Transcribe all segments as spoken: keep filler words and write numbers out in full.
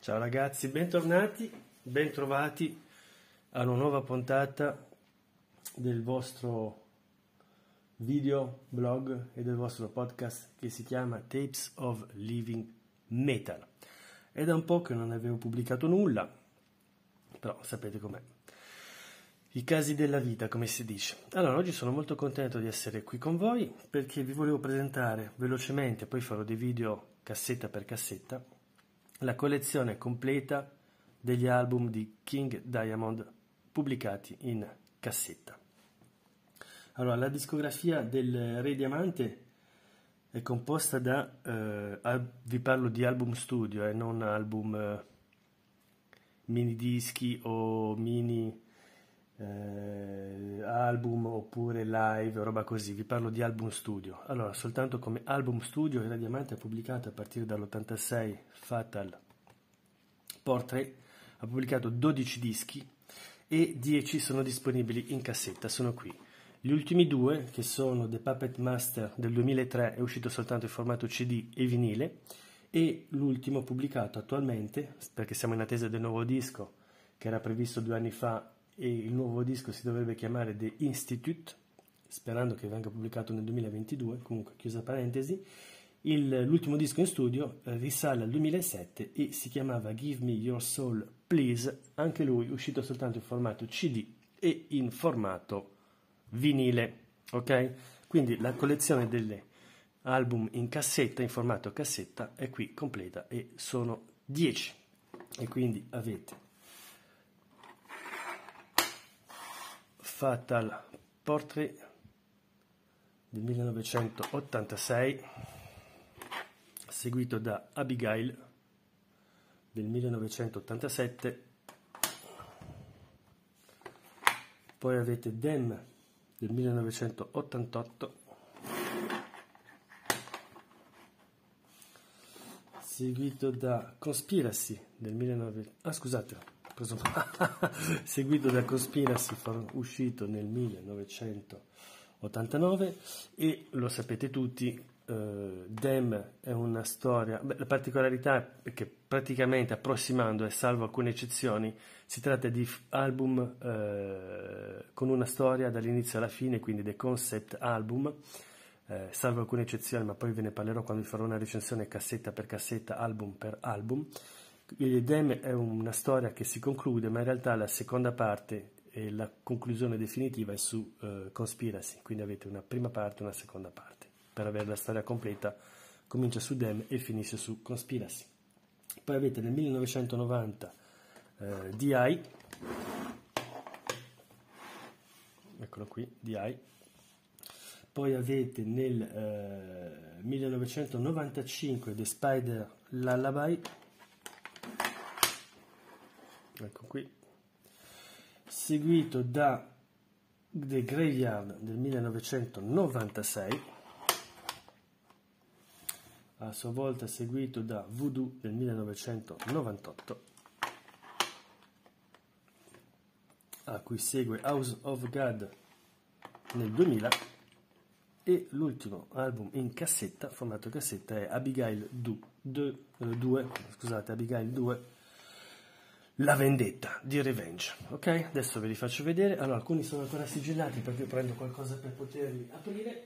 Ciao ragazzi, bentornati, bentrovati a una nuova puntata del vostro video blog e del vostro podcast che si chiama Tapes of Living Metal. È da un po' che non avevo pubblicato nulla, però sapete com'è. I casi della vita, come si dice. Allora, oggi sono molto contento di essere qui con voi perché vi volevo presentare velocemente, poi farò dei video cassetta per cassetta, la collezione completa degli album di King Diamond pubblicati in cassetta. Allora, la discografia del Re Diamante è composta da, eh, al, vi parlo di album studio e eh, non album eh, mini dischi o mini eh, album oppure live, roba così, vi parlo di album studio. Allora, soltanto come album studio il Re Diamante ha pubblicato a partire dall'ottantasei Fatal Portrait, ha pubblicato dodici dischi e dieci sono disponibili in cassetta, sono qui. Gli ultimi due, che sono The Puppet Master del duemilatré, è uscito soltanto in formato C D e vinile, e l'ultimo pubblicato attualmente, perché siamo in attesa del nuovo disco, che era previsto due anni fa, e il nuovo disco si dovrebbe chiamare The Institute, sperando che venga pubblicato nel duemilaventidue, comunque chiusa parentesi. Il, l'ultimo disco in studio eh, risale al duemilasette e si chiamava Give Me Your Soul Please, anche lui uscito soltanto in formato C D e in formato vinile, ok? Quindi la collezione degli album in cassetta, in formato cassetta, è qui completa e sono dieci. E quindi avete Fatal Portrait del millenovecentottantasei, seguito da Abigail del millenovecentottantasette, poi avete Them del millenovecentottantotto, seguito da Conspiracy del millenovecento, ah scusate, ho preso... seguito da Conspiracy uscito nel millenovecentottantanove, e lo sapete tutti, Uh, Them è una storia, beh, la particolarità è che praticamente, approssimando e salvo alcune eccezioni, si tratta di album uh, con una storia dall'inizio alla fine, quindi dei concept album, uh, salvo alcune eccezioni, ma poi ve ne parlerò quando vi farò una recensione cassetta per cassetta, album per album. Them è una storia che si conclude, ma in realtà la seconda parte e la conclusione definitiva è su uh, Conspiracy, quindi avete una prima parte e una seconda parte. Per avere la storia completa comincia su Them e finisce su Conspiracy. Poi avete nel millenovecentonovanta eh, D I, eccolo qui, D I. Poi avete nel eh, millenovecentonovantacinque The Spider Lullaby, ecco qui, seguito da The Graveyard del millenovecentonovantasei, a sua volta seguito da Voodoo del millenovecentonovantotto, a cui segue House of God nel duemila, e l'ultimo album in cassetta, formato cassetta, è Abigail due, scusate, Abigail due, La vendetta di Revenge. Ok, adesso ve li faccio vedere. Allora, alcuni sono ancora sigillati perché prendo qualcosa per poterli aprire.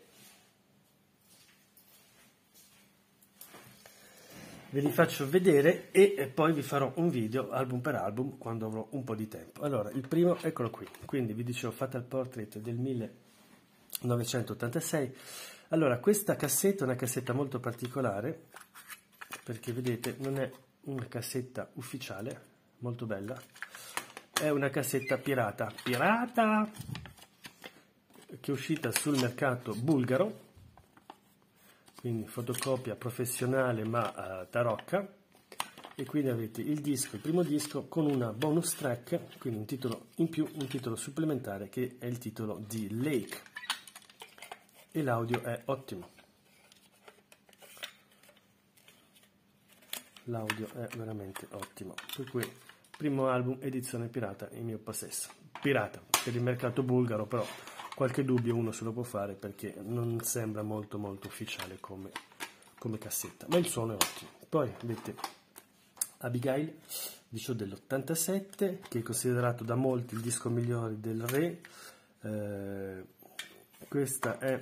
Ve li faccio vedere e poi vi farò un video album per album quando avrò un po' di tempo. Allora, il primo, eccolo qui. Quindi vi dicevo Fatal Portrait del millenovecentottantasei. Allora, questa cassetta è una cassetta molto particolare perché vedete non è una cassetta ufficiale, molto bella, è una cassetta pirata, pirata, che è uscita sul mercato bulgaro, quindi fotocopia professionale ma uh, tarocca, e quindi avete il disco, il primo disco con una bonus track, quindi un titolo in più, un titolo supplementare che è il titolo di Lake, e l'audio è ottimo, l'audio è veramente ottimo, per cui primo album edizione pirata in mio possesso, pirata per il mercato bulgaro, però qualche dubbio uno se lo può fare perché non sembra molto molto ufficiale come, come cassetta, ma il suono è ottimo. Poi avete Abigail, disco dell'ottantasette, che è considerato da molti il disco migliore del re. Eh, questa è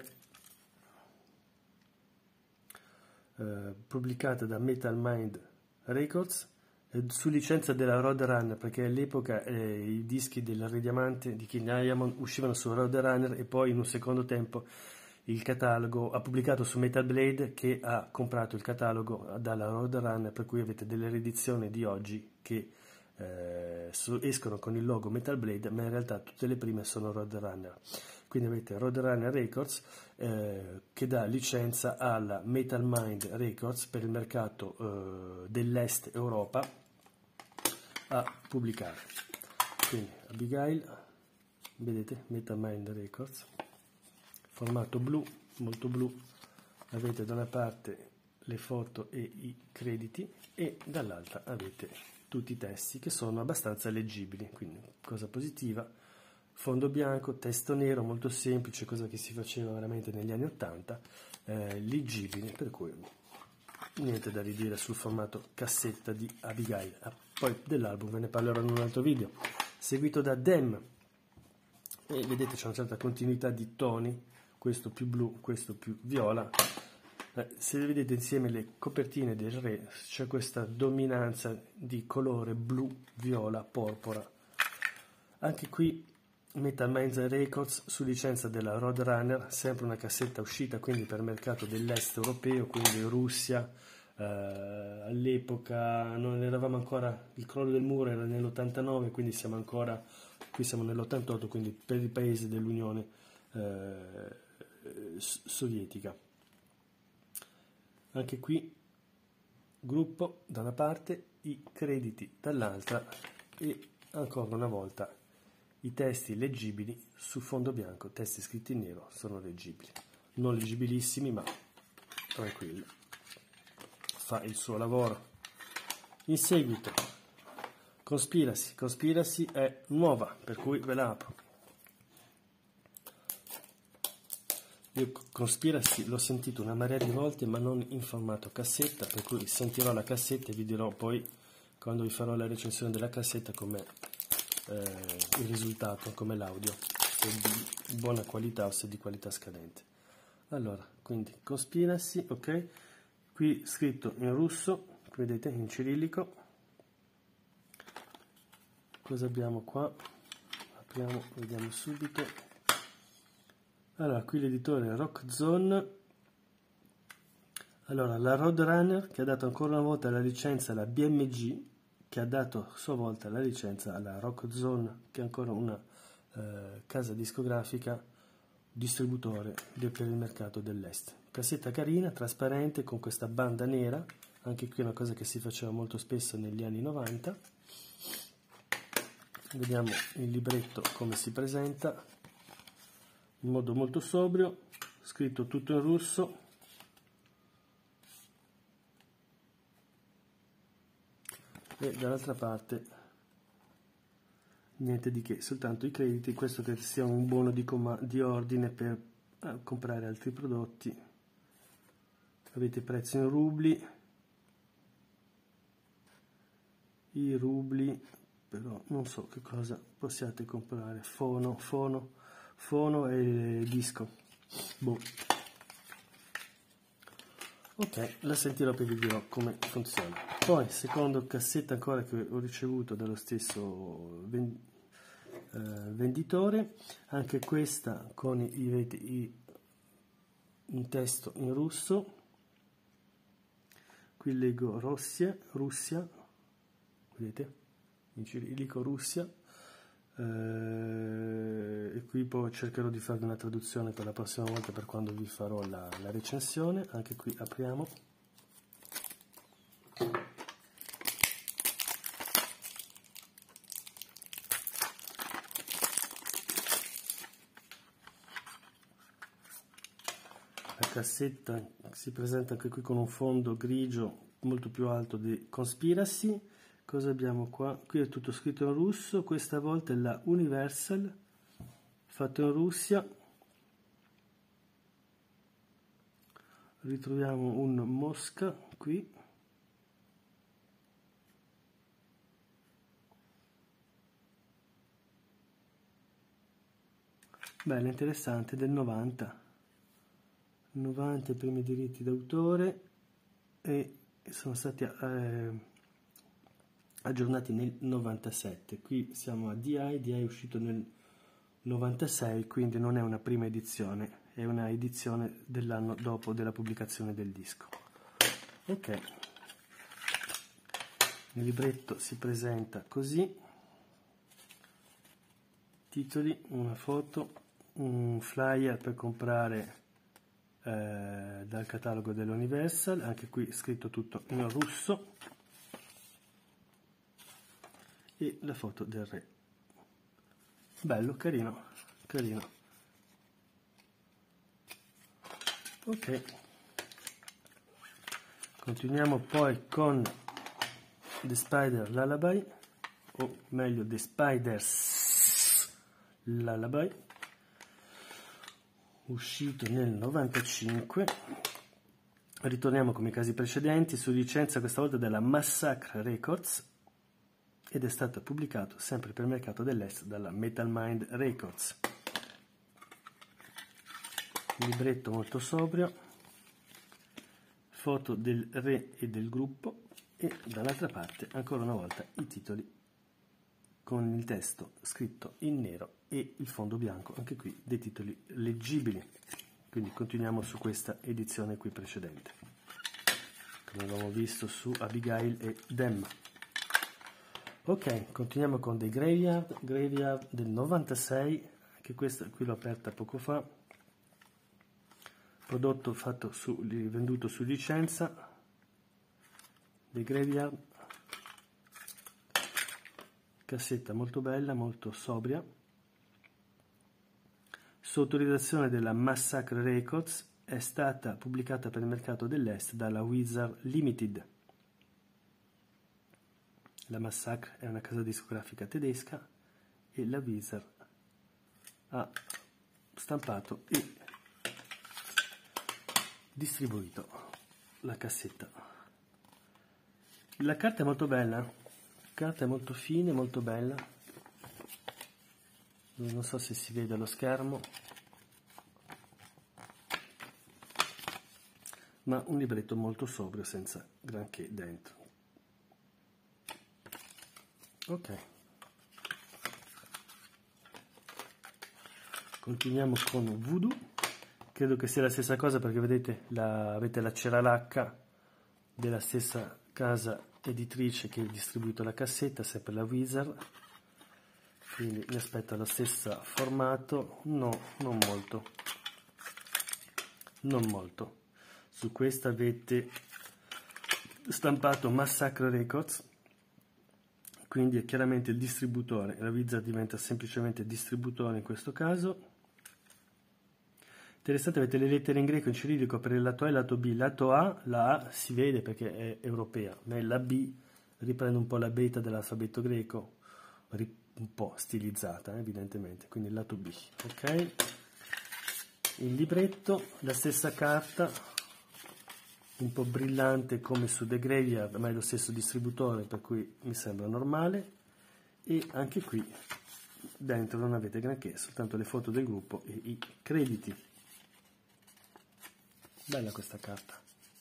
eh, pubblicata da Metal Mind Records eh, su licenza della Roadrunner, perché all'epoca eh, i dischi del Re Diamante di King Diamond uscivano su Roadrunner e poi in un secondo tempo il catalogo ha pubblicato su Metal Blade, che ha comprato il catalogo dalla Roadrunner, per cui avete delle riedizioni di oggi che eh, su, escono con il logo Metal Blade, ma in realtà tutte le prime sono Roadrunner. Quindi avete Roadrunner Records eh, che dà licenza alla Metal Mind Records per il mercato eh, dell'est Europa a pubblicare. Quindi Abigail, vedete, Metal Mind Records, formato blu, molto blu, avete da una parte le foto e i crediti e dall'altra avete tutti i testi che sono abbastanza leggibili, quindi cosa positiva. Fondo bianco, testo nero, molto semplice, cosa che si faceva veramente negli anni ottanta, eh, leggibili, per cui niente da ridire sul formato cassetta di Abigail. Ah, poi dell'album ve ne parlerò in un altro video. Seguito da Dem, e vedete c'è una certa continuità di toni, questo più blu, questo più viola. Eh, se vedete insieme le copertine del re c'è questa dominanza di colore blu, viola, porpora. Anche qui Metal Mind Records su licenza della Roadrunner, sempre una cassetta uscita quindi per il mercato dell'est europeo, quindi Russia. Eh, all'epoca non eravamo ancora, il crollo del muro era nell'ottantanove, quindi siamo ancora, qui siamo nell'ottantotto, quindi per i paesi dell'Unione eh, Sovietica. Anche qui gruppo da una parte, i crediti dall'altra e ancora una volta i testi leggibili su fondo bianco, testi scritti in nero sono leggibili, non leggibilissimi ma tranquilli, fa il suo lavoro. In seguito Conspiracy, Conspiracy è nuova, per cui ve la apro. Io Conspiracy l'ho sentito una marea di volte ma non in formato cassetta, per cui sentirò la cassetta e vi dirò poi quando vi farò la recensione della cassetta com'è eh, il risultato, come l'audio, se è di buona qualità o se è di qualità scadente. Allora, quindi Conspiracy, ok, qui scritto in russo, vedete, in cirillico. Cosa abbiamo qua? Apriamo, vediamo subito. Allora, qui l'editore è Rock Zone. Allora, la Roadrunner che ha dato ancora una volta la licenza alla B M G, che ha dato a sua volta la licenza alla Rock Zone, che è ancora una eh, casa discografica, distributore del, per il mercato dell'est. Cassetta carina, trasparente, con questa banda nera, anche qui è una cosa che si faceva molto spesso negli anni novanta. Vediamo il libretto come si presenta, in modo molto sobrio, scritto tutto in russo. E dall'altra parte niente di che, soltanto i crediti, questo che sia un buono di, di ordine per eh, comprare altri prodotti. Avete prezzi in rubli, i rubli, però non so che cosa possiate comprare, fono, fono, fono e disco, boh. Ok, la sentirò per vi dirò come funziona. Poi, secondo cassetta ancora che ho ricevuto dallo stesso vend eh, venditore, anche questa con i, i, i, un testo in russo. Qui leggo Russia, Russia, vedete, in cirillico Russia. Eh, e qui poi cercherò di fare una traduzione per la prossima volta, per quando vi farò la, la recensione. Anche qui apriamo, la cassetta si presenta anche qui con un fondo grigio molto più alto di Conspiracy. Cosa abbiamo qua? Qui è tutto scritto in russo, questa volta è la Universal, fatto in Russia. Ritroviamo un Mosca qui, bella, interessante, del novanta. novanta i primi diritti d'autore e sono stati eh, aggiornati nel novantasette. Qui siamo a D I, D I è uscito nel novantasei, quindi non è una prima edizione, è una edizione dell'anno dopo della pubblicazione del disco. Ok, il libretto si presenta così: titoli, una foto, un flyer per comprare eh, dal catalogo dell'Universal, anche qui scritto tutto in russo, e la foto del re. Bello, carino, carino. Ok, continuiamo poi con The Spider Lullaby, o meglio The Spider's Lullaby, uscito nel novantacinque. Ritorniamo come i casi precedenti, su licenza questa volta della Massacre Records, ed è stato pubblicato sempre per il mercato dell'est dalla Metal Mind Records. Libretto molto sobrio, foto del re e del gruppo, e dall'altra parte ancora una volta i titoli con il testo scritto in nero e il fondo bianco, anche qui dei titoli leggibili. Quindi continuiamo su questa edizione qui precedente, come abbiamo visto su Abigail e Dem. Ok, continuiamo con The Graveyard, Graveyard del novantasei, che questa qui l'ho aperta poco fa, prodotto fatto su, venduto su licenza. The Graveyard, cassetta molto bella, molto sobria, su autorizzazione della Massacre Records, è stata pubblicata per il mercato dell'est dalla Wizard Limited. La Massacre è una casa discografica tedesca e la Wizard ha stampato e distribuito la cassetta. La carta è molto bella, la carta è molto fine, molto bella, non so se si vede allo schermo, ma un libretto molto sobrio senza granché dentro. Ok, continuiamo con Voodoo. Credo che sia la stessa cosa, perché vedete la, avete la ceralacca della stessa casa editrice che ha distribuito la cassetta, sempre la Wizard, quindi mi aspetta lo stesso formato. No, non molto, non molto. Su questa avete stampato Massacre Records, quindi è chiaramente il distributore, la Wizard diventa semplicemente distributore in questo caso. Interessante, avete le lettere in greco in cirillico per il lato A e il lato B. Lato A, la A si vede perché è europea, ma la B riprende un po' la beta dell'alfabeto greco, un po' stilizzata eh, evidentemente, quindi il lato B. Ok, il libretto, la stessa carta, un po' brillante come su The Graveyard, ma è lo stesso distributore, per cui mi sembra normale. E anche qui dentro non avete granché, soltanto le foto del gruppo e i crediti. Bella questa carta.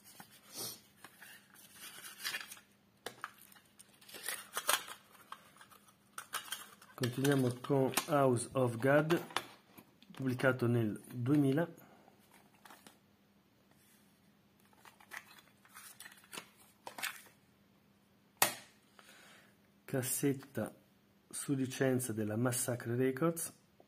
Continuiamo con House of God, pubblicato nel duemila. Cassetta su licenza della Massacre Records,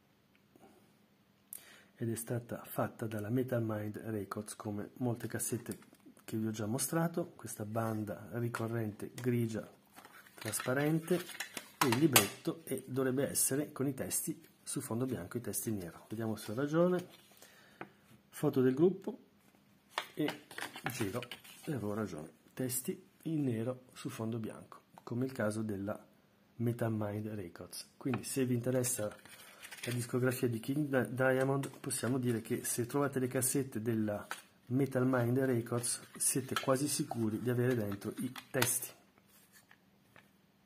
ed è stata fatta dalla Metal Mind Records, come molte cassette che vi ho già mostrato. Questa banda ricorrente grigia trasparente, e il libretto, e dovrebbe essere con i testi su fondo bianco, i testi in nero. Vediamo se ho ragione. Foto del gruppo e giro, e avevo ragione, testi in nero su fondo bianco, come il caso della Metal Mind Records. Quindi se vi interessa la discografia di King Diamond, possiamo dire che se trovate le cassette della Metal Mind Records siete quasi sicuri di avere dentro i testi.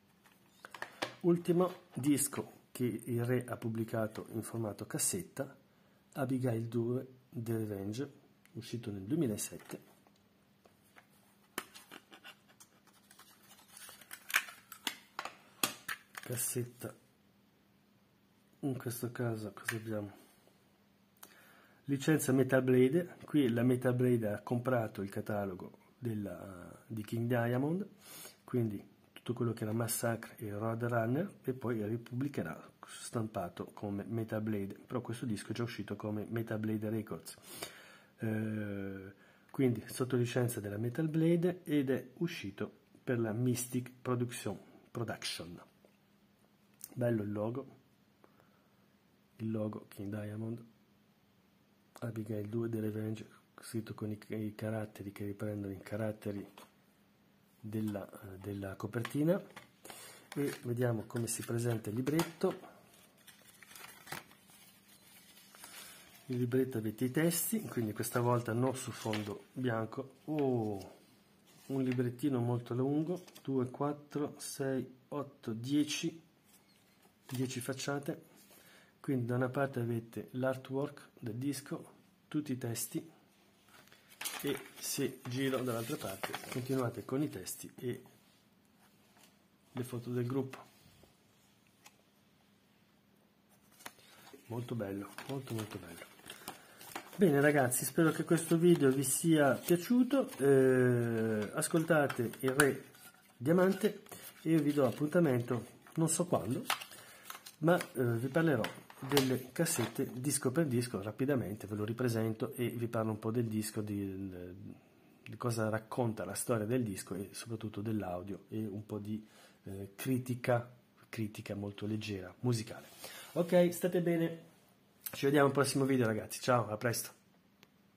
Ultimo disco che il re ha pubblicato in formato cassetta, Abigail due The Revenge, uscito nel duemilasette. Cassetta, in questo caso cosa abbiamo? Licenza Metal Blade. Qui la Metal Blade ha comprato il catalogo della, di King Diamond, quindi tutto quello che era Massacre e Roadrunner, e poi ripubblicherà stampato come Metal Blade, però questo disco è già uscito come Metal Blade Records, eh, quindi sotto licenza della Metal Blade, ed è uscito per la Mystic Production. Production. Bello il logo, il logo King Diamond, Abigail due The Revenge, scritto con i, i caratteri che riprendono i caratteri della, della copertina. E vediamo come si presenta il libretto. Il libretto avete i testi, quindi questa volta non su fondo bianco. Oh, un librettino molto lungo, due, quattro, sei, otto, dieci, dieci facciate. Quindi da una parte avete l'artwork del disco, tutti i testi, e se giro dall'altra parte continuate con i testi e le foto del gruppo. Molto bello, molto molto bello. Bene ragazzi, spero che questo video vi sia piaciuto, eh, ascoltate il Re Diamante e io vi do appuntamento non so quando, ma eh, vi parlerò delle cassette disco per disco. Rapidamente ve lo ripresento e vi parlo un po' del disco, di, di cosa racconta la storia del disco e soprattutto dell'audio, e un po' di eh, critica, critica molto leggera, musicale. Ok, state bene, ci vediamo al prossimo video ragazzi, ciao, a presto.